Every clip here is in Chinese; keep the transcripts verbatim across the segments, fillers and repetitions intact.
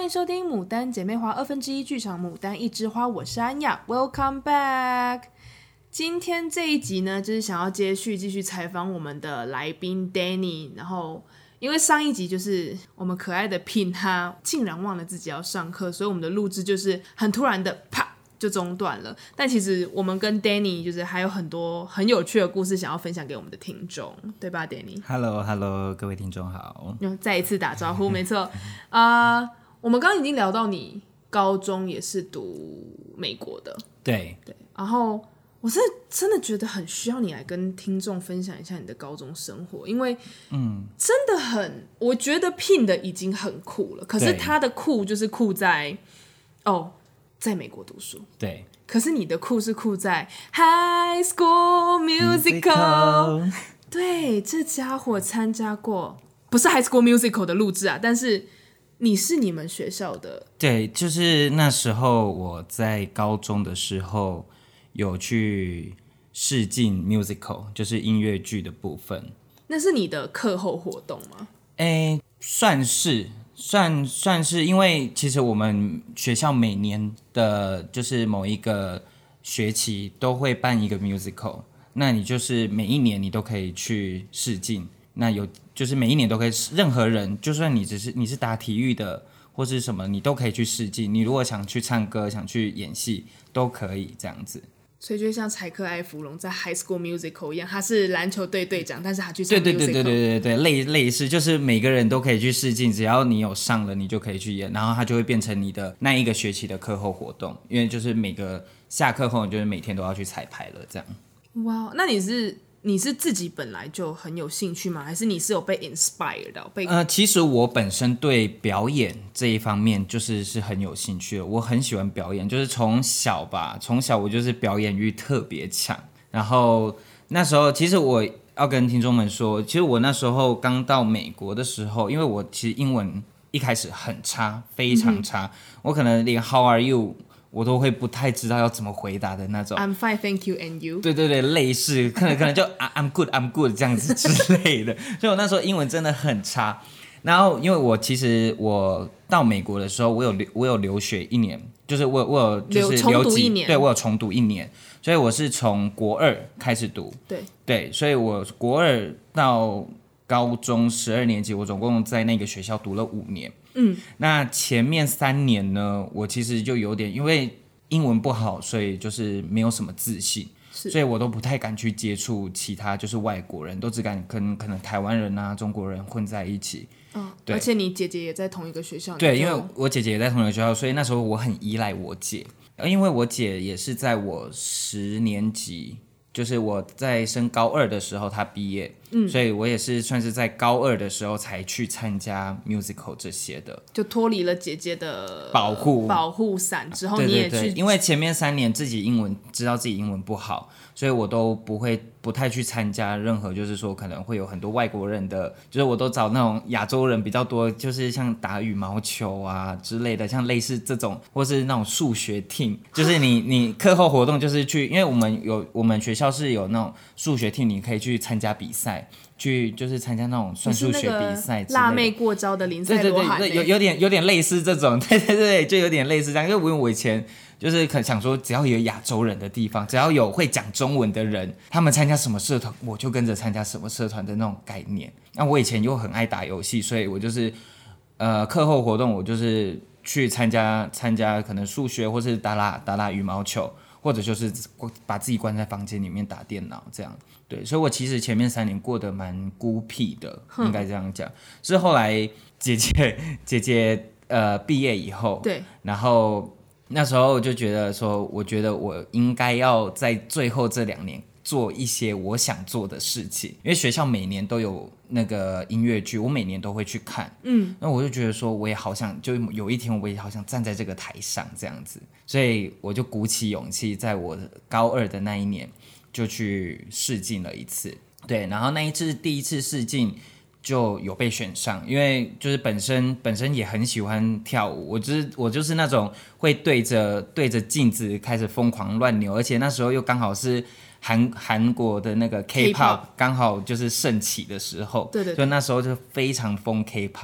迎收听牡丹姐妹花二分之一剧场牡丹一枝花，我是安雅 ，Welcome back。今天这一集呢，就是想要接续继续采访我们的来宾 Danny， 然后因为上一集就是我们可爱的 Pin 他竟然忘了自己要上课，所以我们的录制就是很突然的啪就中断了。但其实我们跟 Danny 就是还有很多很有趣的故事想要分享给我们的听众，对吧 Danny？ Hello Hello， 各位听众好。 再一次打招呼，没错啊、呃。我们刚刚已经聊到你高中也是读美国的， 对对，然后我是真的觉得很需要你来跟听众分享一下你的高中生活，因为嗯，真的很，我觉得 Pin 的已经很酷了，可是他的酷就是酷在哦，在美国读书， 对， 可是你的酷是酷在 High School Musical，, Musical 对，这家伙参加过不是 High School Musical 的录制啊，但是你是你们学校的， 对，就是那时候我在高中的时候有去试镜 musical， 就是音乐剧的部分。 那是你的课后活动吗？ 诶，算是算算是，因为其实我们学校每年的就是某一个学期都会办一个 musical， 那你就是每一年你都可以去试镜，那有就是每一年都可以，任何人就算你只是你是打体育的或是什么，你都可以去试镜。你如果想去唱歌想去演戏都可以这样子。 所以就像柴克艾弗隆在 High School Musical 一样，他是篮球队队长，但是他去上 musical。 对对对对对对对，类类似，就是每个人都可以去试镜，只要你有上了你就可以去演，然后它就会变成你的那一个学期的课后活动，因为就是每个下课后你就是每天都要去彩排了这样。 哇，那你是你是自己本来就很有兴趣吗？还是你是有被 inspire 到？被呃，其实我本身对表演这一方面就是是很有兴趣的，我很喜欢表演，就是从小吧，从小我就是表演欲特别强。然后那时候，其实我要跟听众们说，其实我那时候刚到美国的时候，因为我其实英文一开始很差，非常差，嗯、我可能连 How are you我都会不太知道要怎么回答的那种。 I'm fine, thank you, and you。 对对对，类似，可能可能就 I'm good, I'm good 这样子之类的。所以我那时候英文真的很差。然后因为我其实我到美国的时候，我有我有留学一年，就是我我有就是留级，一年对我有重读一年，所以我是从国二开始读。 对对，所以我国二到高中十二年级，我总共在那个学校读了五年。嗯，那前面三年呢，我其实就有点因为英文不好，所以就是没有什么自信，所以我都不太敢去接触其他就是外国人，都只敢跟可能台湾人啊、中国人混在一起。 嗯，对，而且你姐姐也在同一个学校。 对，因为我姐姐也在同一个学校，所以那时候我很依赖我姐，因为我姐也是在我十年级。就是我在升高二的时候她毕业、嗯、所以我也是算是在高二的时候才去参加 musical 这些的， 就脱离了姐姐的保护保护伞之后，你也去。 对对对，因为前面三年自己英文知道自己英文不好，所以我都不会不太去参加任何就是说可能会有很多外国人的，就是我都找那种亚洲人比较多，就是像打羽毛球啊之类的，像类似这种，或是那种数学 team， 就是你你课后活动就是去，因为我们有我们学校是有那种数学 team， 你可以去参加比赛，去就是参加那种算数学比赛之类的。 辣妹过招的林赛罗韩、欸， 对对对，有有点有点类似这种，对对对，就有点类似这样。因为我以前就是可想说，只要有亚洲人的地方，只要有会讲中文的人，他们参加什么社团，我就跟着参加什么社团的那种概念。那我以前又很爱打游戏，所以我就是呃课后活动，我就是去参加参加可能数学，或是打打打打羽毛球。或者就是把自己关在房间里面打电脑这样，对，所以我其实前面三年过得蛮孤僻的，应该这样讲。是后来姐姐姐姐呃毕业以后， 对， 然后那时候就觉得说，我觉得我应该要在最后这两年做一些我想做的事情，因为学校每年都有那个音乐剧，我每年都会去看，嗯，那我就觉得说，我也好想，就有一天我也好想站在这个台上这样子，所以我就鼓起勇气，在我高二的那一年就去试镜了一次，对，然后那一次第一次试镜就有被选上，因为就是本身本身也很喜欢跳舞，我就是我就是那种会对着对着镜子开始疯狂乱扭，而且那时候又刚好是韩韩国的那个 K-pop 刚好就是盛起的时候， 对对对， 所以那时候就非常疯 K-pop。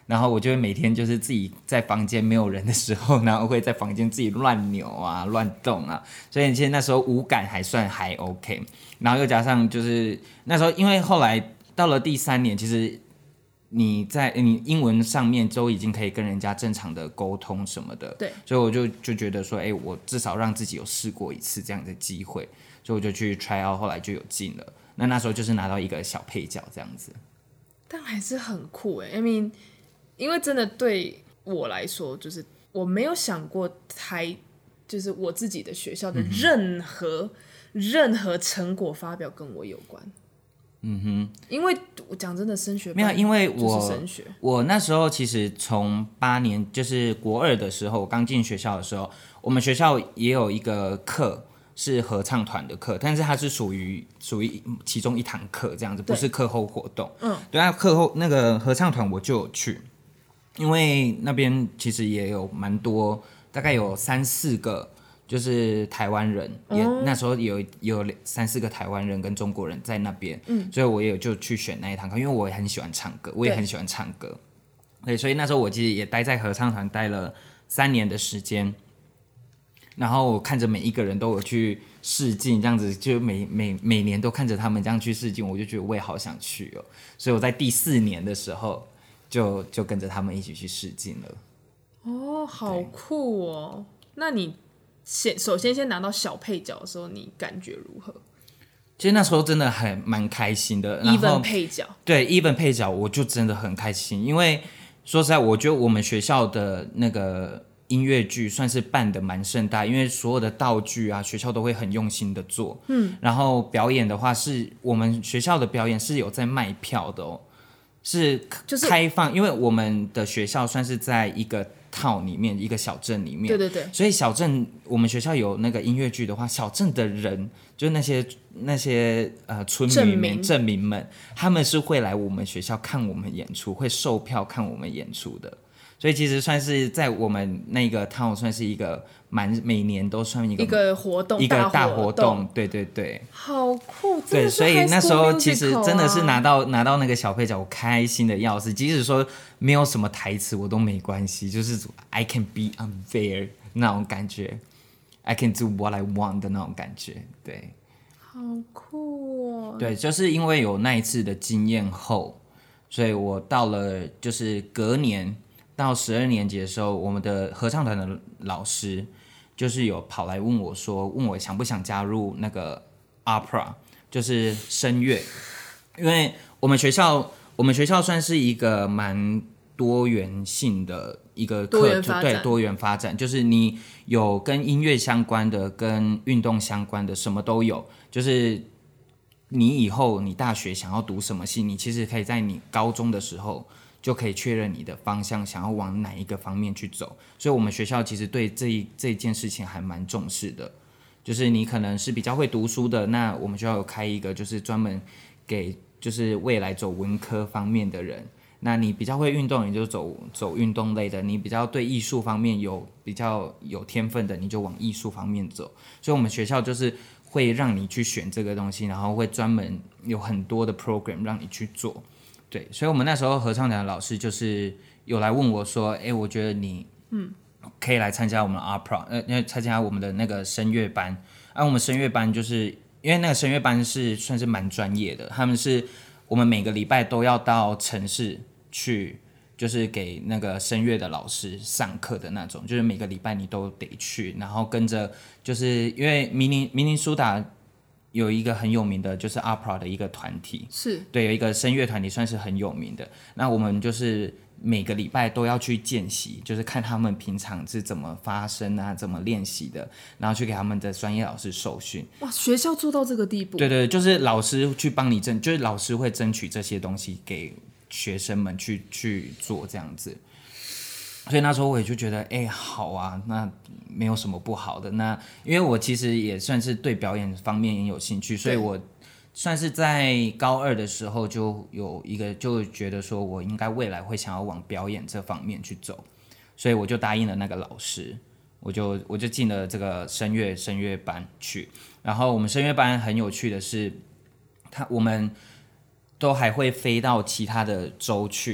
然后我就会每天就是自己在房间没有人的时候，然后会在房间自己乱扭啊、乱动啊，所以其实那时候五感还算还 OK。然后又加上就是那时候，因为后来到了第三年，其实你在你英文上面都已经可以跟人家正常的沟通什么的， 对， 所以我就就觉得说，哎，我至少让自己有试过一次这样的机会，所以我就去 try out， 后来就有进了。那那时候就是拿到一个小配角这样子， 但还是很酷哎。I mean， 因为真的对我来说，就是我没有想过台，就是我自己的学校的任何、嗯、任何成果发表跟我有关。嗯哼，因为我讲真的，升学班没有，因为我就是升学。 我那时候其实从八年，就是国二的时候，我刚进学校的时候，我们学校也有一个课是合唱团的课，但是它是属于属于其中一堂课这样子，不是课后活动。嗯，对啊，课后那个合唱团我就有去，因为那边其实也有蛮多，大概有三四个。就是台湾人，也、嗯、那时候有有三四个台湾人跟中国人在那边，嗯，所以我也有就去选那一堂课，因为我也很喜欢唱歌，我也很喜欢唱歌，对，所以那时候我其实也待在合唱团待了三年的时间，然后我看着每一个人都有去试镜，这样子就每每每年都看着他们这样去试镜，我就觉得我也好想去哦，所以我在第四年的时候就就跟着他们一起去试镜了。 哦，好酷哦！那你先首先先拿到小配角的时候，你感觉如何？ 其实那时候真的很蛮开心的。 even 配角， 对 even 配角，我就真的很开心，因为说实在，我觉得我们学校的那个音乐剧算是办得蛮盛大，因为所有的道具啊，学校都会很用心的做。嗯，然后表演的话，是我们学校的表演是有在卖票的哦，是开放，就是、因为我们的学校算是在一个套里面，一个小镇里面， 对对对， 所以小镇我们学校有那个音乐剧的话，小镇的人就是那些那些呃村民们、镇民们，他们是会来我们学校看我们演出，会售票看我们演出的。所以其实算是在我们那个 town 算是一个蛮每年都算一个一个活动， 一个大活动，对对对， 好酷！ 对，所以那时候其实真的是拿到拿到那个小配角，我开心的要死。即使说没有什么台词，我都没关系，就是 I can be unfair 那种感觉 ，I can do what I want 的那种感觉，对， 好酷哦！ 对，就是因为有那一次的经验后，所以我到了就是隔年。到十二年级的时候，我们的合唱团的老师就是有跑来问我说，问我想不想加入那个 opera， 就是声乐，因为我们学校我们学校算是一个蛮多元性的一个课， 多元发展， 对，多元发展，就是你有跟音乐相关的，跟运动相关的，什么都有，就是你以后你大学想要读什么系，你其实可以在你高中的时候。就可以确认你的方向，想要往哪一个方面去走。所以我们学校其实对这一这件事情还蛮重视的。就是你可能是比较会读书的，那我们学校有开一个就是专门给就是未来走文科方面的人。那你比较会运动，你就走走运动类的；你比较对艺术方面有比较有天分的，你就往艺术方面走。所以我们学校就是会让你去选这个东西，然后会专门有很多的 program 让你去做。对，所以我们那时候合唱团的老师就是有来问我说：“哎，我觉得你嗯可以来参加我们的 opera， 呃，因为参加我们的那个声乐班。啊，我们声乐班就是因为那个声乐班是算是蛮专业的，他们是我们每个礼拜都要到城市去，就是给那个声乐的老师上课的那种，就是每个礼拜你都得去，然后跟着，就是因为明尼明尼苏达。”有一个很有名的就是 opera 的一个团体， 是对，有一个声乐团体算是很有名的。那我们就是每个礼拜都要去见习，就是看他们平常是怎么发声啊，怎么练习的，然后去给他们的专业老师受训。 哇，学校做到这个地步？ 对对，就是老师去帮你争，就是老师会争取这些东西给学生们去去做这样子。所以那时候我也就觉得，哎，好啊，那没有什么不好的。那因为我其实也算是对表演方面也有兴趣，所以我算是在高二的时候就有一个，就觉得说我应该未来会想要往表演这方面去走，所以我就答应了那个老师，我就我就进了这个声乐声乐班去。然后我们声乐班很有趣的是，他我们都还会飞到其他的州去。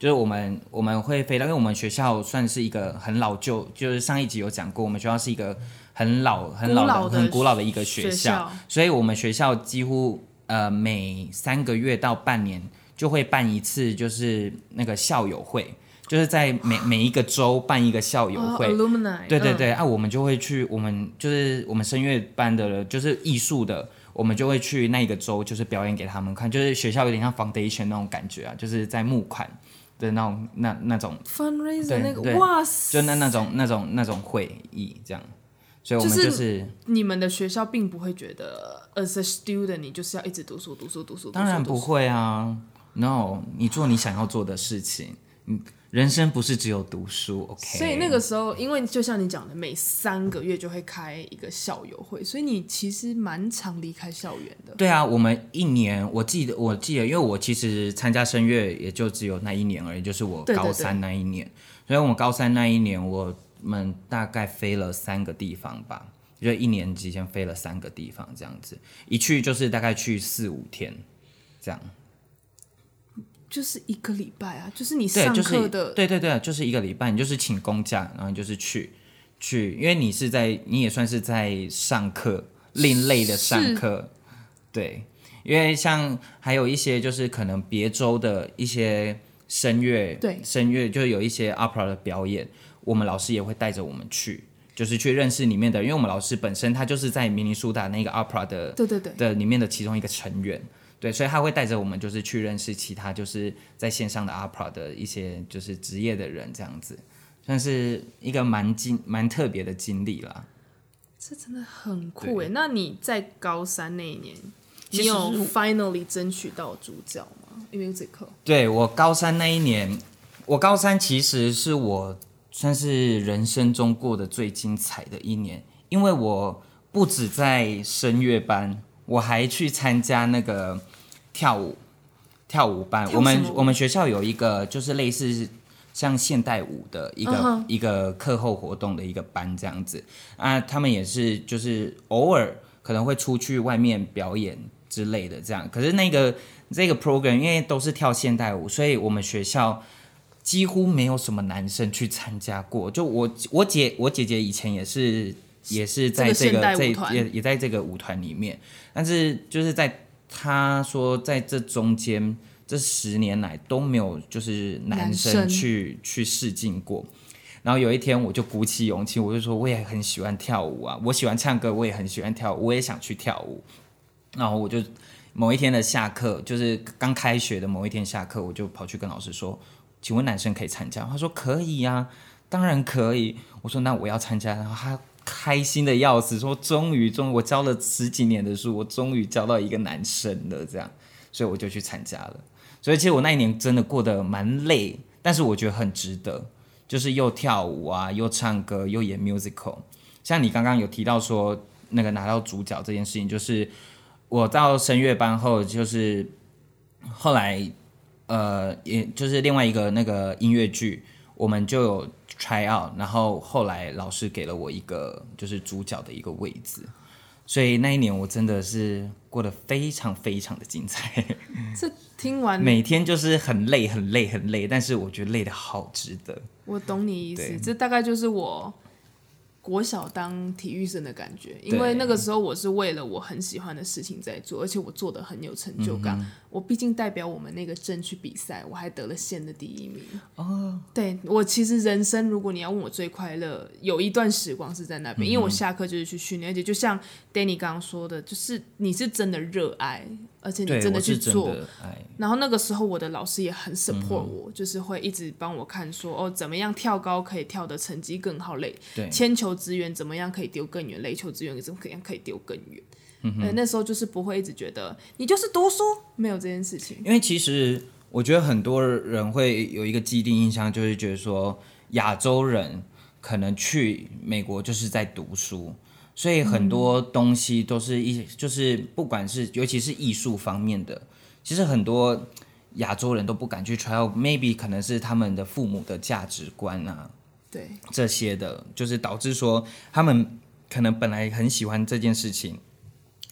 就是我们我们会飞到，因为我们学校算是一个很老旧，就是上一集有讲过，我们学校是一个很老很老的、 古老的很古老的一个学校， 学校所以我们学校几乎呃每三个月到半年就会办一次，就是那个校友会。就是在每每一个州办一个校友会， oh, alumni, 对对对， 嗯、 啊，我们就会去，我们就是我们声乐班的，就是艺术的，我们就会去那个州，就是表演给他们看，就是学校有点像 foundation 那种感觉啊，就是在募款的那种那那种 fundraiser 那个， 哇塞， 就那那种那种那种会议这样，所以我们就是、 就是、你们的学校并不会觉得 as a student 你就是要一直读书读书读书， 当然不会啊 ，no， 你做你想要做的事情，嗯。人生不是只有读书 ，OK？ 所以那个时候，因为就像你讲的，每三个月就会开一个校友会，所以你其实蛮常离开校园的。 对啊，我们一年，我记得，我记得，因为我其实参加声乐也就只有那一年而已，就是我高三那一年，对对对，所以我们高三那一年，我们大概飞了三个地方吧，就一年之间飞了三个地方，这样子，一去就是大概去四五天，这样。 就是一个礼拜啊，就是你上课的， 对、就是、对对对，就是一个礼拜，你就是请公假，然后你就是去去，因为你是在，你也算是在上课，另类的上课，对，因为像还有一些就是可能别州的一些声乐， 对， 声乐就是有一些 opera 的表演，我们老师也会带着我们去。就是去认识里面的，因为我们老师本身他就是在明尼苏达那个 opera 的， 对对对的里面的其中一个成员。对，所以他会带着我们，就是去认识其他就是在线上的 opera 的一些就是职业的人，这样子，算是一个蛮经蛮特别的经历啦。 这真的很酷耶！那你在高三那一年，你有 finally 争取到主角吗 ？music？ 对，我高三那一年，我高三其实是我算是人生中过得最精彩的一年，因为我不止在声乐班，我还去参加那个。跳舞，跳舞班，我们我们学校有一个就是类似像现代舞的一个、uh-huh. 一个课后活动的一个班这样子啊，他们也是就是偶尔可能会出去外面表演之类的这样，可是那个这个 program 因为都是跳现代舞，所以我们学校几乎没有什么男生去参加过，就我我姐我姐姐以前也是也是在这个这也也在这个舞团里面，但是就是在。他说，在这中间这十年来都没有就是男生去去试镜过。然后有一天，我就鼓起勇气，我就说我也很喜欢跳舞啊，我喜欢唱歌，我也很喜欢跳舞，我也想去跳舞。然后我就某一天的下课，就是刚开学的某一天下课，我就跑去跟老师说：“请问男生可以参加？”他说：“可以啊，当然可以。”我说：“那我要参加。”然后他。开心的要死，说终于终于我教了十几年的书，我终于教到一个男生了，这样，所以我就去参加了。所以其实我那一年真的过得蛮累，但是我觉得很值得，就是又跳舞啊，又唱歌，又演 musical。像你刚刚有提到说那个拿到主角这件事情，就是我到声乐班后，就是后来呃，也就是另外一个那个音乐剧，我们就有。try out， 然后后来老师给了我一个就是主角的一个位置，所以那一年我真的是过得非常非常的精彩。 这听完每天就是很累很累很累，但是我觉得累得好值得。 我懂你意思，这大概就是我国小当体育生的感觉，因为那个时候我是为了我很喜欢的事情在做，而且我做得很有成就感。嗯、我毕竟代表我们那个镇去比赛，我还得了县的第一名。哦，对，我其实人生如果你要问我最快乐，有一段时光是在那边、嗯，因为我下课就是去训练，而且就像 Danny 刚刚说的，就是你是真的热爱，而且你真的去做。然后那个时候我的老师也很 support 我、嗯，就是会一直帮我看说哦，怎么样跳高可以跳的成绩更好，垒铅球资源怎么样可以丢更远，垒球资源怎么样可以丢更远。嗯、呃，那时候就是不会一直觉得你就是读书，没有这件事情。 因为其实我觉得很多人会有一个既定印象，就是觉得说亚洲人可能去美国就是在读书，所以很多东西都是一就是不管是尤其是艺术方面的，其实很多亚洲人都不敢去 try out， maybe 可能是他们的父母的价值观啊， 对这些的，就是导致说他们可能本来很喜欢这件事情，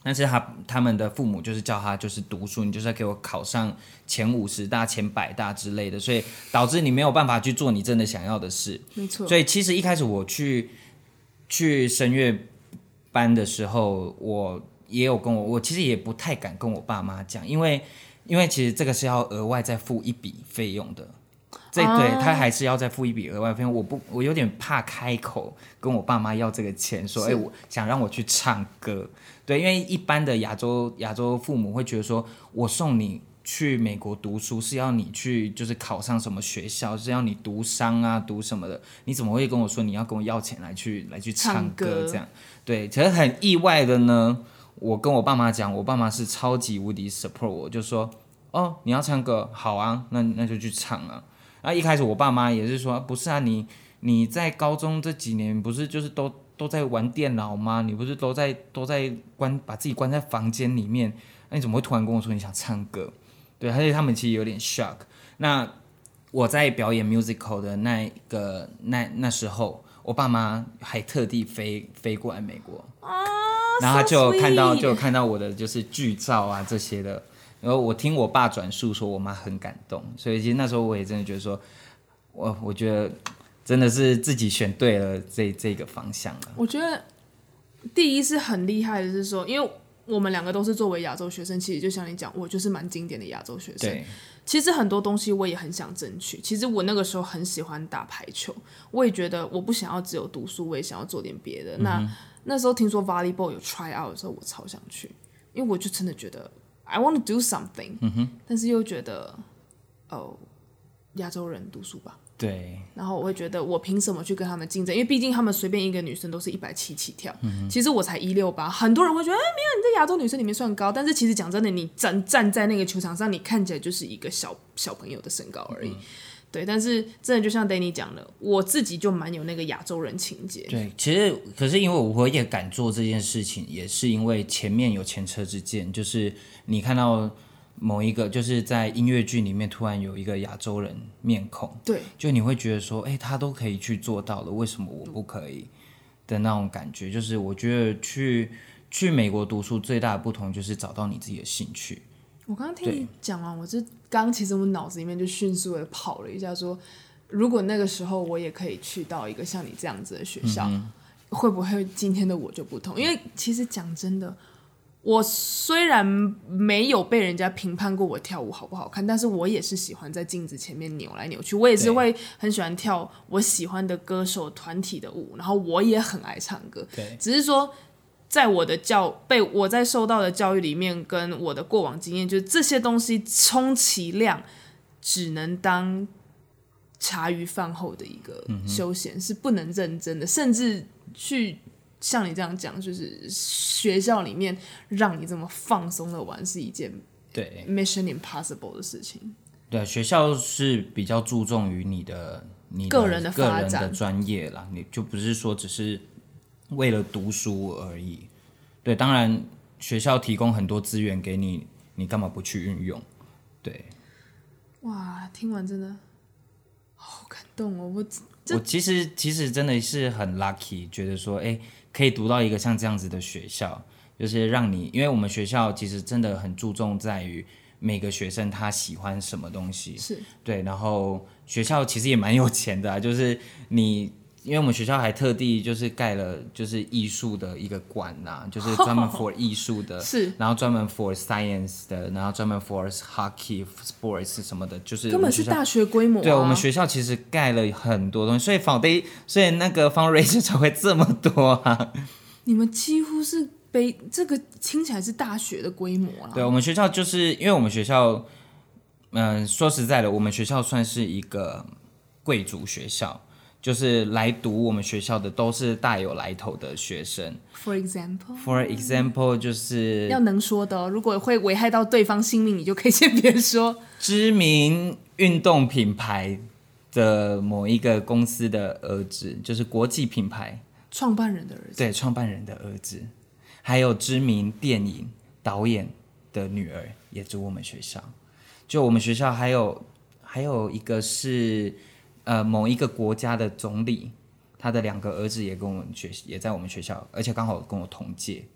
但是他他们的父母就是叫他就是读书，你就是要给我考上前五十大、前百大之类的，所以导致你没有办法去做你真的想要的事。 没错。 所以其实一开始我去去声乐班的时候，我也有跟我我其实也不太敢跟我爸妈讲，因为因为其实这个是要额外再付一笔费用的。这对他还是要再付一笔额外费用，我不，我有点怕开口跟我爸妈要这个钱，说，哎，我想让我去唱歌，对，因为一般的亚洲亚洲父母会觉得说，我送你去美国读书是要你去就是考上什么学校，是要你读商啊，读什么的，你怎么会跟我说你要跟我要钱来去来去唱歌这样？对，可是很意外的呢，我跟我爸妈讲，我爸妈是超级无敌 support 我，就说，哦，你要唱歌，好啊，那那就去唱啊。啊，一开始我爸妈也是说，不是啊，你你在高中这几年不是就是都都在玩电脑吗？你不是都在都在关把自己关在房间里面，那你怎么会突然跟我说你想唱歌？对，而且他们其实有点 shock。那我在表演 musical 的那个那那时候，我爸妈还特地飞飞过来美国， 啊， 然后他就有看到 so 就有看到我的就是剧照啊这些的。然后我听我爸转述说，我妈很感动，所以其实那时候我也真的觉得说，我我觉得真的是自己选对了这这个方向了。 我觉得第一是很厉害的是说，因为我们两个都是作为亚洲学生，其实就像你讲，我就是蛮经典的亚洲学生。 对， 其实很多东西我也很想争取。其实我那个时候很喜欢打排球，我也觉得我不想要只有读书，我也想要做点别的。嗯、那那时候听说 volleyball 有 try out 的时候，我超想去，因为我就真的觉得。I want to do something，、嗯、但是又觉得，哦，亚洲人读书吧。 对。 然后我会觉得，我凭什么去跟他们竞争？因为毕竟他们随便一个女生都是一百七起跳、嗯，其实我才一六八。很多人会觉得，哎，没有，你在亚洲女生里面算高。但是其实讲真的，你站站在那个球场上，你看起来就是一个小小朋友的身高而已。嗯、对，但是真的就像 Danny 讲的，我自己就蛮有那个亚洲人情节。 对，其实可是因为我也敢做这件事情，也是因为前面有前车之鉴，就是你看到某一个就是在音乐剧里面突然有一个亚洲人面孔， 对， 就你会觉得说，哎，他都可以去做到了，为什么我不可以的那种感觉。就是我觉得去去美国读书最大的不同就是找到你自己的兴趣。 我刚刚听你讲完，我就刚刚其实我脑子里面就迅速的跑了一下说，如果那个时候我也可以去到一个像你这样子的学校，嗯、会不会今天的我就不同？因为其实讲真的，我虽然没有被人家评判过我跳舞好不好看，但是我也是喜欢在镜子前面扭来扭去，我也是会很喜欢跳我喜欢的歌手团体的舞，然后我也很爱唱歌， 对， 只是说。在我的教被我在受到的教育里面，跟我的过往经验，就是这些东西充其量只能当茶余饭后的一个休闲，嗯、是不能认真的，甚至去像你这样讲，就是学校里面让你这么放松的玩，是一件对 Mission Impossible 的事情。 对，学校是比较注重于你的你的个人的发展、 个人的专业啦，你就不是说只是。为了读书而已，对，当然学校提供很多资源给你，你干嘛不去运用？对， 哇，听完真的好感动哦！我我其实其实真的是很 lucky， 觉得说，哎，可以读到一个像这样子的学校，就是让你，因为我们学校其实真的很注重在于每个学生他喜欢什么东西， 是对，然后学校其实也蛮有钱的、啊，就是你。因为我们学校还特地就是盖了就是艺术的一个馆呐、啊，就是专门 for 艺术的， 是， 然后专门 for science 的，然后专门 for hockey sports 什么的，就是根本是大学规模、啊。 对，我们学校其实盖了很多东西，所以 foundation 所以那个 fundraiser 才会这么多啊。 你们几乎是背这个听起来是大学的规模啊。 对，我们学校就是因为我们学校，嗯、呃，说实在的，我们学校算是一个贵族学校。就是来读我们学校的都是大有来头的学生。 For example, For example 就是要能说的、哦，如果会危害到对方性命，你就可以先别说。 知名运动品牌的某一个公司的儿子，就是国际品牌创办人的儿子， 对，创办人的儿子，还有知名电影导演的女儿也读我们学校。就我们学校还有还有一个是。呃，某一个国家的总理，他的两个儿子也跟我们学，也在我们学校，而且刚好跟我同届。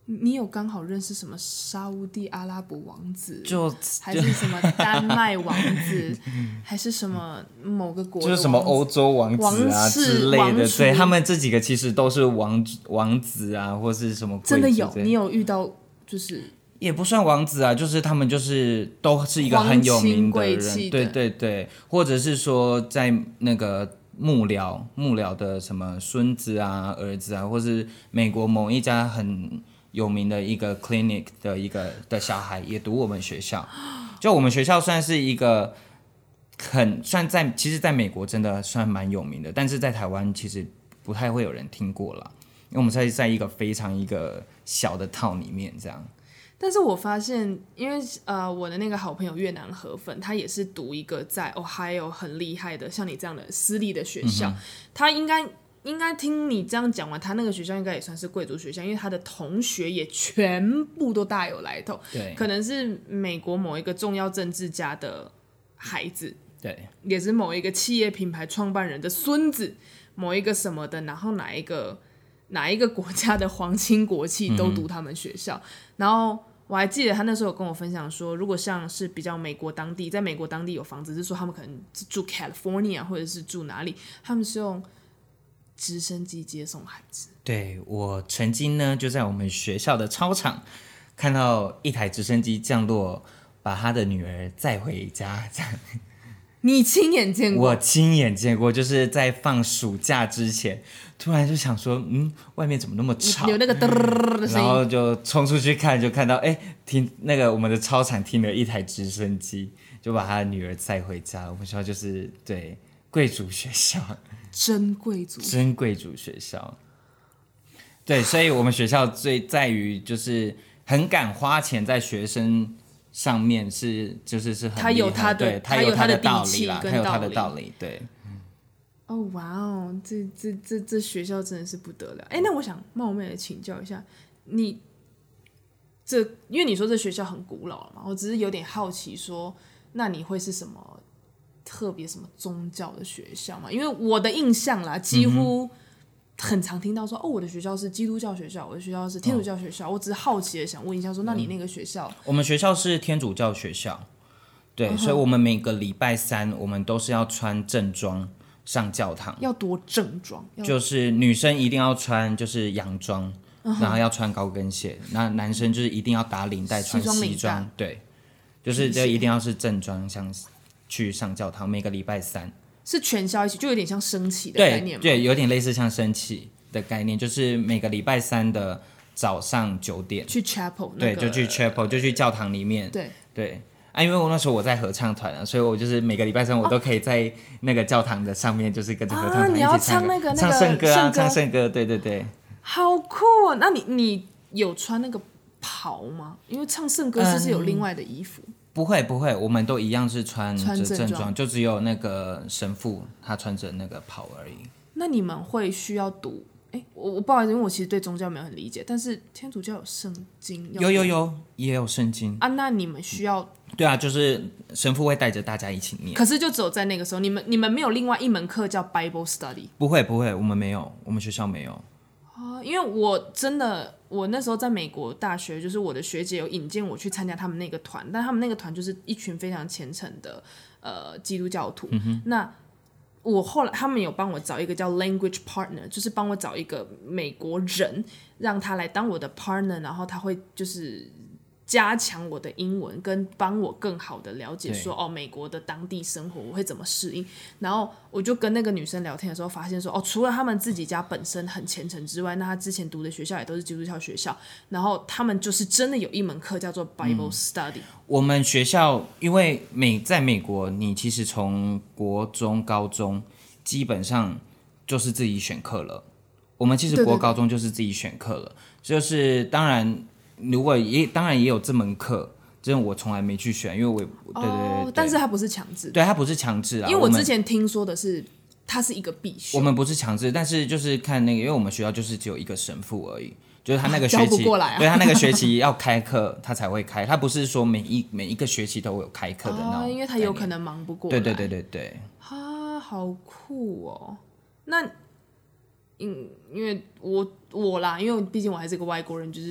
你有刚好认识什么沙烏地阿拉伯王子， 就还是什么丹麦王子，还是什么某个国的王子， 就是什么欧洲王子啊之类的，对，他们这几个其实都是王王子啊，或是什么贵族。 真的有，你有遇到就是也不算王子啊，就是他们就是都是一个很有名的人，对对对，或者是说在那个幕僚幕僚的什么孙子啊、儿子啊，或是美国某一家很有名的一个 clinic 的一个的小孩也读我们学校，就我们学校算是一个很算在，其实在美国真的算蛮有名的，但是在台湾其实不太会有人听过啦，因为我们在在一个非常一个小的 town 里面这样。 但是我发现，因为呃，我的那个好朋友越南河粉，他也是读一个在 Ohio 很厉害的，像你这样的私立的学校，嗯、他应该应该听你这样讲完，他那个学校应该也算是贵族学校，因为他的同学也全部都大有来头， 对， 可能是美国某一个重要政治家的孩子， 对， 也是某一个企业品牌创办人的孙子，某一个什么的，然后哪一个哪一个国家的皇亲国戚都读他们学校，嗯、然后。我还记得他那时候有跟我分享说，如果像是比较美国当地，在美国当地有房子，是说他们可能住 California 或者是住哪里，他们是用直升机接送孩子。 对，我曾经呢就在我们学校的操场看到一台直升机降落，把他的女儿载回家。这样， 你亲眼见过？ 我亲眼见过，就是在放暑假之前。突然就想说，嗯，外面怎么那么吵？ 有那个嘚的声音， 然后就冲出去看，就看到，哎，停那个我们的操场停了一台直升机，就把他的女儿载回家。我们学校就是对贵族学校， 真贵族， 真贵族学校。对，所以我们学校最在于就是很敢花钱在学生上面是，就是是很厉害， 他有他的， 对，他有他的道理啦，他有他的道理，对。 哦，哇哦，这这这这学校真的是不得了！哎，那我想冒昧的请教一下，你这因为你说这学校很古老了嘛，我只是有点好奇说，那你会是什么特别什么宗教的学校吗？因为我的印象啦，几乎很常听到说，嗯、哦，我的学校是基督教学校，我的学校是天主教学校。哦、我只是好奇的想问一下说，那你那个学校？嗯、 我们学校是天主教学校，对，嗯、所以我们每个礼拜三我们都是要穿正装。上教堂要多正装， 就是女生一定要穿就是洋装，嗯、然后要穿高跟鞋。那男生就是一定要打领带，穿西装，对，就是这一定要是正装，像去上教堂。每个礼拜三是全校一起，就有点像升旗的概念吗？ 对，对，有点类似像升旗的概念，就是每个礼拜三的早上九点去 chapel， 对，就去 chapel， 就去教堂里面， 对对。啊，因为我那时候我在合唱团啊，所以我就是每个礼拜三我都可以在那个教堂的上面，就是跟着合唱团一起唱、 啊、你要唱那个唱圣歌啊， 唱圣歌，对对对， 好酷哦！那你你有穿那个袍吗？因为唱圣歌是不是有另外的衣服？ 嗯、不会不会，我们都一样是穿着正装， 就只有那个神父他穿着那个袍而已。 那你们会需要读？哎，我我不好意思，因为我其实对宗教没有很理解，但是天主教有圣经， 有有有也有圣经啊。那你们需要？ 对啊，就是神父会带着大家一起念。 可是就只有在那个时候，你们你们没有另外一门课叫 Bible Study？ 不会不会，我们没有，我们学校没有。 啊，因为我真的，我那时候在美国大学，就是我的学姐有引荐我去参加他们那个团，但他们那个团就是一群非常虔诚的呃基督教徒。嗯、那我后来他们有帮我找一个叫 language partner， 就是帮我找一个美国人，让他来当我的 partner， 然后他会就是加强我的英文，跟帮我更好的了解说哦美国的当地生活我会怎么适应。然后我就跟那个女生聊天的时候发现说哦，除了他们自己家本身很虔诚之外，那他之前读的学校也都是基督教学校，然后他们就是真的有一门课叫做 Bible Study。嗯、 我们学校因为美在美国，你其实从国中、高中基本上就是自己选课了。我们其实国高中就是自己选课了，对对对，就是当然。如果也当然也有这门课，这我从来没去选，因为我对对 对, 对、 哦，但是它不是强制， 对，它不是强制啊。 因为我之前听说的是，它是一个必修。 我们不是强制，但是就是看那个，因为我们学校就是只有一个神父而已，就是他那个学期， 教不过来啊、 对他那个学期要开课，他才会开，他不是说每一每一个学期都有开课的那种、 哦，因为他有可能忙不过来。 对对对对对。 哈，好酷哦！那，因因为我我啦，因为毕竟我还是个外国人，就是。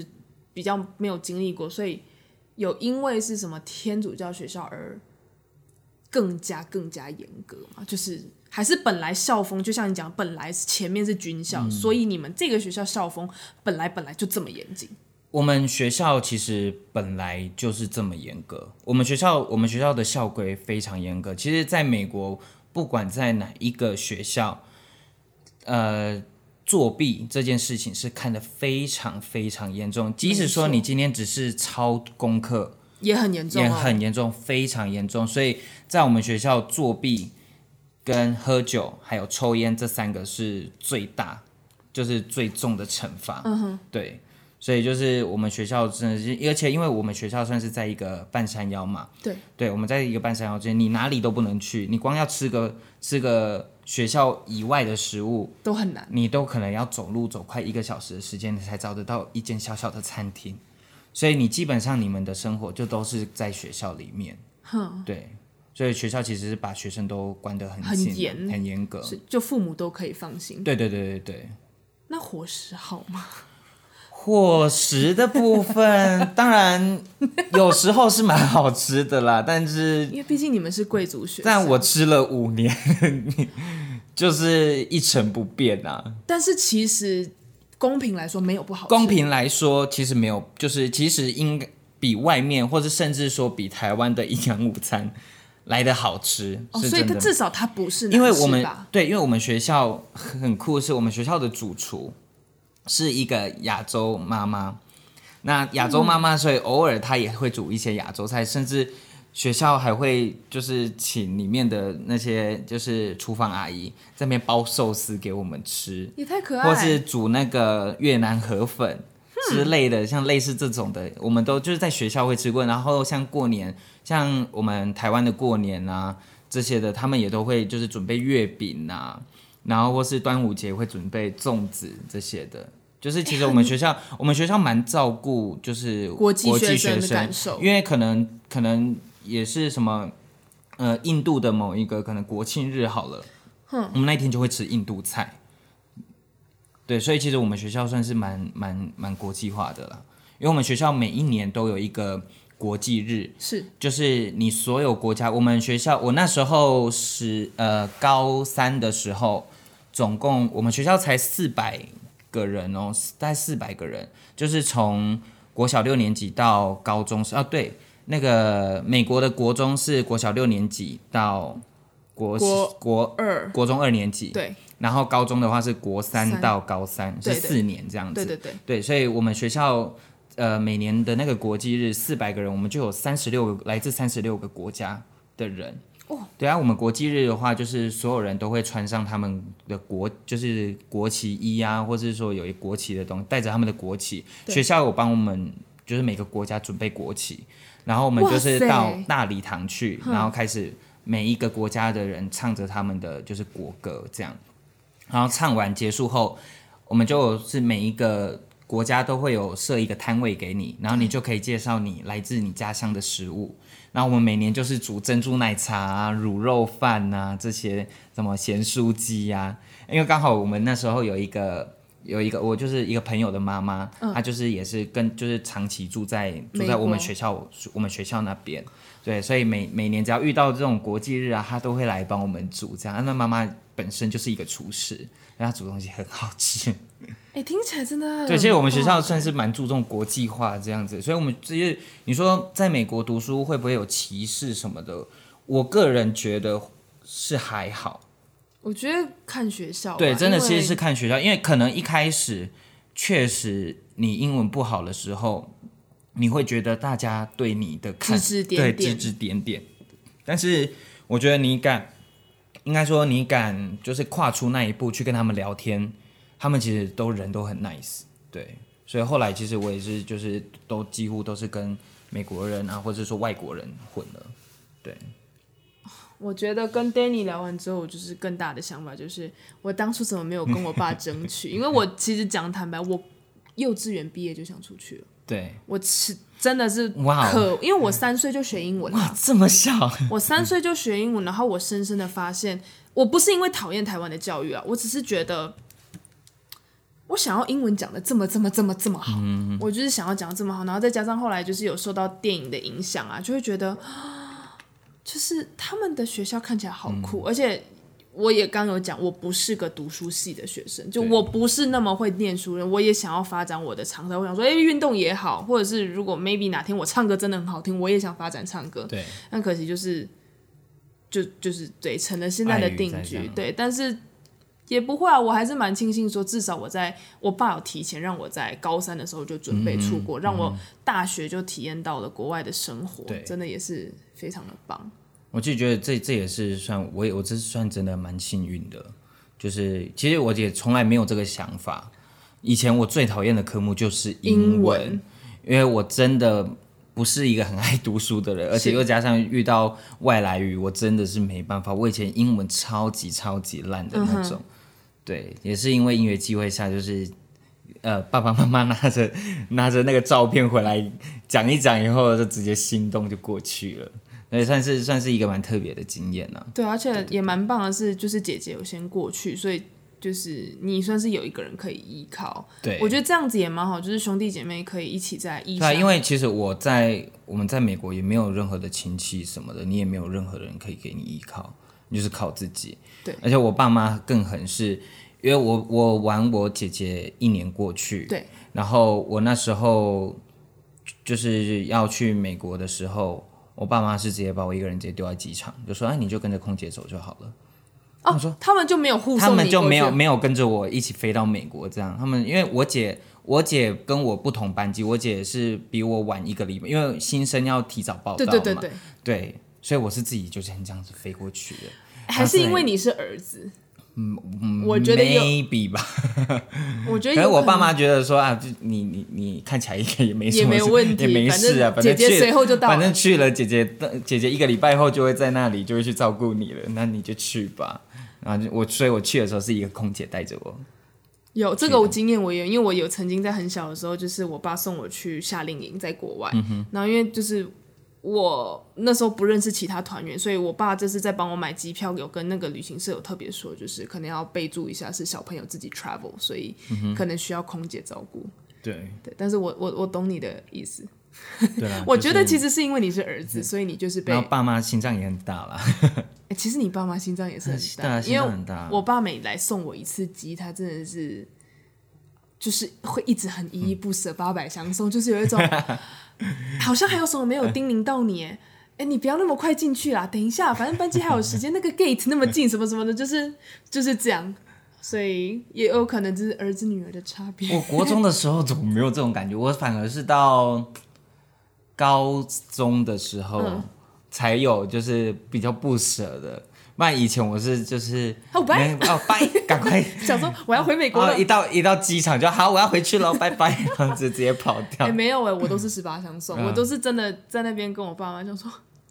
比较没有经历过，所以有因为是什么天主教学校而更加更加严格嘛？就是还是本来校风就像你讲，本来前面是军校，嗯、所以你们这个学校校风本来本来就这么严谨。 我们学校其实本来就是这么严格，我们学校我们学校的校规非常严格。其实，在美国，不管在哪一个学校，呃，作弊这件事情是看得非常非常严重。即使说你今天只是抄功课， 也很严重、哦， 也很严重，非常严重。所以在我们学校，作弊、跟喝酒还有抽烟这三个是最大，就是最重的惩罚。 嗯哼， 对。所以就是我们学校真的是，而且因为我们学校算是在一个半山腰嘛， 对， 对，我们在一个半山腰之间，你哪里都不能去，你光要吃个吃个学校以外的食物都很难， 你都可能要走路走快一个小时的时间，你才找得到一间小小的餐厅，所以你基本上你们的生活就都是在学校里面， 哼， 对，所以学校其实是把学生都关得很紧很严很严格， 就父母都可以放心。 对对对对对。 那伙食好吗？ 伙食的部分，当然有时候是蛮好吃的啦，但是因为毕竟你们是贵族学校， 但我吃了五年，就是一成不变啊。 但是其实公平来说没有不好吃， 公平来说其实没有，就是其实应该比外面，或者甚至说比台湾的营养午餐来的好吃， 哦， 是真的。 所以它至少它不是难吃吧？ 因为我们对，因为我们学校很酷，是我们学校的主厨是一个亚洲妈妈，那亚洲妈妈，所以偶尔她也会煮一些亚洲菜，甚至学校还会就是请里面的那些就是厨房阿姨在那边包寿司给我们吃， 也太可爱， 或是煮那个越南河粉之类的，像类似这种的，我们都就是在学校会吃过。然后像过年，像我们台湾的过年啊这些的，他们也都会就是准备月饼啊。然后或是端午节会准备粽子这些的，就是其实我们学校、欸、我们学校蛮照顾就是国际学生的感受， 因为可能可能也是什么呃印度的某一个可能国庆日好了，我们那一天就会吃印度菜，对，所以其实我们学校算是蛮蛮蛮国际化的啦，因为我们学校每一年都有一个国际日， 是， 就是你所有国家，我们学校我那时候是呃高三的时候，总共我们学校才四百个人哦，大概四百个人，就是从国小六年级到高中是啊，对，那个美国的国中是国小六年级到国国国二国中二年级， 对， 然后高中的话是国三三到高三，是四年这样子， 对对对对，所以我们学校。呃，每年的那个国际日，四百个人，我们就有三十六个来自三十六个国家的人。哦，对啊，我们国际日的话，就是所有人都会穿上他们的国，就是国旗衣啊，或是说有一国旗的东西，带着他们的国旗。学校有帮我们，就是每个国家准备国旗，然后我们就是到大礼堂去，然后开始每一个国家的人唱着他们的就是国歌这样，然后唱完结束后，我们就是每一个。国家都会有设一个摊位给你，然后你就可以介绍你来自你家乡的食物。然后我们每年就是煮珍珠奶茶啊、卤肉饭啊这些，什么咸酥鸡啊。因为刚好我们那时候有一个有一个我就是一个朋友的妈妈，嗯、她就是也是跟就是长期住在住在我们学校我们学校那边，对，所以每每年只要遇到这种国际日啊，她都会来帮我们煮这样。那妈妈本身就是一个厨师，她煮东西很好吃。 哎、欸，听起来真的对，其实我们学校算是蛮注重国际化这样子，所以我们其实你说在美国读书会不会有歧视什么的？我个人觉得是还好。 我觉得看学校， 对，真的其实是看学校，因为可能一开始确实你英文不好的时候，你会觉得大家对你的看指指点点， 对指指点点，但是我觉得你敢，应该说你敢就是跨出那一步去跟他们聊天。他们其实都人都很 nice， 对，所以后来其实我也是就是都几乎都是跟美国人啊，或者说外国人混了，对。 我觉得跟 Danny 聊完之后，我就是更大的想法就是，我当初怎么没有跟我爸争取？因为我其实讲坦白，我幼稚园毕业就想出去了。 对， 我是真的是可， wow, 因为我三岁就学英文了， 哇，这么小， 我三岁就学英文，然后我深深的发现，我不是因为讨厌台湾的教育啊，我只是觉得。 我想要英文讲的这么这么这么这么好，嗯、我就是想要讲这么好，然后再加上后来就是有受到电影的影响啊，就会觉得，就是他们的学校看起来好酷，嗯、而且我也刚有讲，我不是个读书系的学生，就我不是那么会念书人，我也想要发展我的长才，我想说，哎、欸，运动也好，或者是如果 maybe 哪天我唱歌真的很好听，我也想发展唱歌， 对， 但可惜就是，就就是对成了现在的定局，对，但是。也不会啊，我还是蛮庆幸说，至少我在我爸有提前让我在高三的时候就准备出国，嗯、让我大学就体验到了国外的生活，真的也是非常的棒。 我就觉得这这也是算我也我这是算真的蛮幸运的，就是其实我也从来没有这个想法。以前我最讨厌的科目就是英文，英文因为我真的不是一个很爱读书的人，而且又加上遇到外来语，我真的是没办法。我以前英文超级超级烂的那种。嗯对，也是因为因缘机会下，就是呃，爸爸妈妈拿着拿着那个照片回来讲一讲以后，就直接心动就过去了，所以算是算是一个蛮特别的经验啊。 对，而且也蛮棒的是，就是姐姐有先过去，所以就是你算是有一个人可以依靠。对，我觉得这样子也蛮好，就是兄弟姐妹可以一起在依靠。 对，因为其实我在我们在美国也没有任何的亲戚什么的，你也没有任何人可以给你依靠。就是靠自己， 对， 而且我爸妈更狠是，因为我我玩我姐姐一年过去， 对， 然后我那时候就是要去美国的时候，我爸妈是直接把我一个人直接丢在机场，就说哎、啊、你就跟着空姐走就好了。 哦，我说他们就没有护送你过去， 他们就没有没有跟着我一起飞到美国这样，他们因为我姐我姐跟我不同班机，我姐是比我晚一个礼拜，因为新生要提早报到嘛， 对对对对对。所以我是自己就这样子飞过去的， 还是因为你是儿子？ 嗯嗯， 我觉得有 maybe 吧。 我觉得可是我爸妈觉得说啊，你你你看起来应该也没什么也没问题， 也没事啊， 反正姐姐随后就到了， 反正去了姐姐姐姐一个礼拜后就会在那里，就会去照顾你了，那你就去吧。然后我所以我去的时候是一个空姐带着我。 有这个我经验我有，因为我有曾经在很小的时候，就是我爸送我去夏令营，在国外，嗯、然后因为就是。我那时候不认识其他团员，所以我爸这次在帮我买机票，有跟那个旅行社有特别说，就是可能要备注一下是小朋友自己 travel， 所以可能需要空姐照顾。 对对，但是我我我懂你的意思。 对啦， 我觉得其实是因为你是儿子，所以你就是被。 然后爸妈心脏也很大啦。 欸、其实你爸妈心脏也是很大， 大因为我爸每来送我一次机，他真的是就是会一直很依依不舍，八百相送，就是有一种。好像还有什么没有叮咛到你，哎、欸，你不要那么快进去啦，等一下，反正班机还有时间，那个 gate 那么近，什么什么的，就是就是这样，所以也有可能这是儿子女儿的差别。 我国中的时候怎么没有这种感觉？我反而是到高中的时候、嗯、才有，就是比较不舍的。不然以前我是就是哦拜哦拜，赶快想说我要回美国了， 一到一到机场就好，我要回去了，拜拜，然后就直接跑掉。 哎、欸，没有哎、欸，我都是十八相送、嗯，我都是真的在那边跟我爸妈就说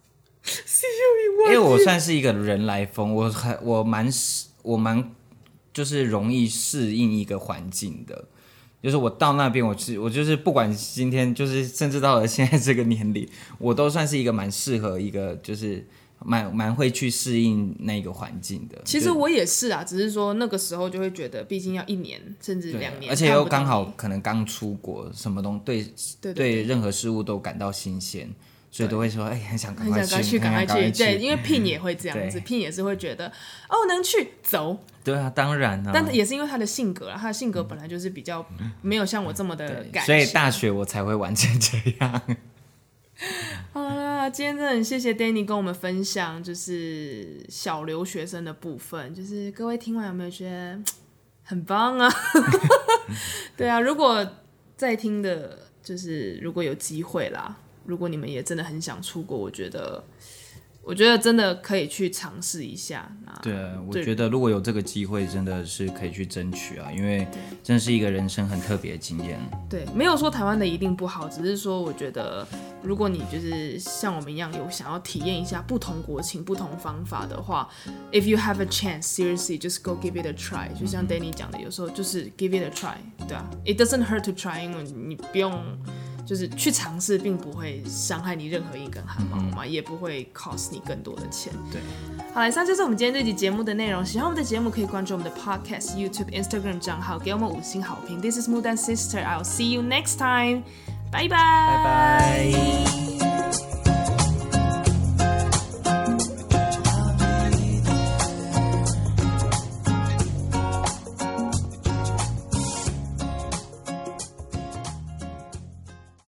see you in one。 因为我算是一个人来疯，我很我蛮我蛮就是容易适应一个环境的。就是我到那边，我是我就是不管今天就是甚至到了现在这个年龄，我都算是一个蛮适合一个就是蛮蛮会去适应那个环境的。 其实我也是啊，只是说那个时候就会觉得，毕竟要一年甚至两年， 而且又刚好可能刚出国，什么东对对对, 对, 对任何事物都感到新鲜。所以都会说，哎、欸，很想赶快去， 赶快去， 对， 因为 Pin 也会这样子 ，Pin 也是会觉得，哦，能去走。 对啊，当然啊。 但也是因为他的性格啦，他的性格本来就是比较没有像我这么的感性， 所以大学我才会玩成这样。 好啦，今天真的很谢谢 Danny 跟我们分享，就是小留学生的部分，就是各位听完有没有觉得很棒啊？对啊，如果在听的，就是如果有机会啦。如果你们也真的很想出国，我觉得，我觉得真的可以去尝试一下。 对，我觉得如果有这个机会，真的是可以去争取啊，因为真是一个人生很特别的经验。 对，没有说台湾的一定不好，只是说我觉得，如果你就是像我们一样有想要体验一下不同国情、不同方法的话 ，if you have a chance, seriously, just go give it a try。就像 Danny 讲的，有时候就是 give it a try， 对啊 ，it doesn't hurt to try， 因为你不用。就是去尝试，并不会伤害你任何一根汗毛嘛，嗯、也不会 cost 你更多的钱。 对， 好了，以上就是我们今天这集节目的内容。喜欢我们的节目，可以关注我们的 Podcast、YouTube、Instagram 账号，给我们五星好评。This is Mudan Sister. I'll see you next time. 拜拜。 拜拜。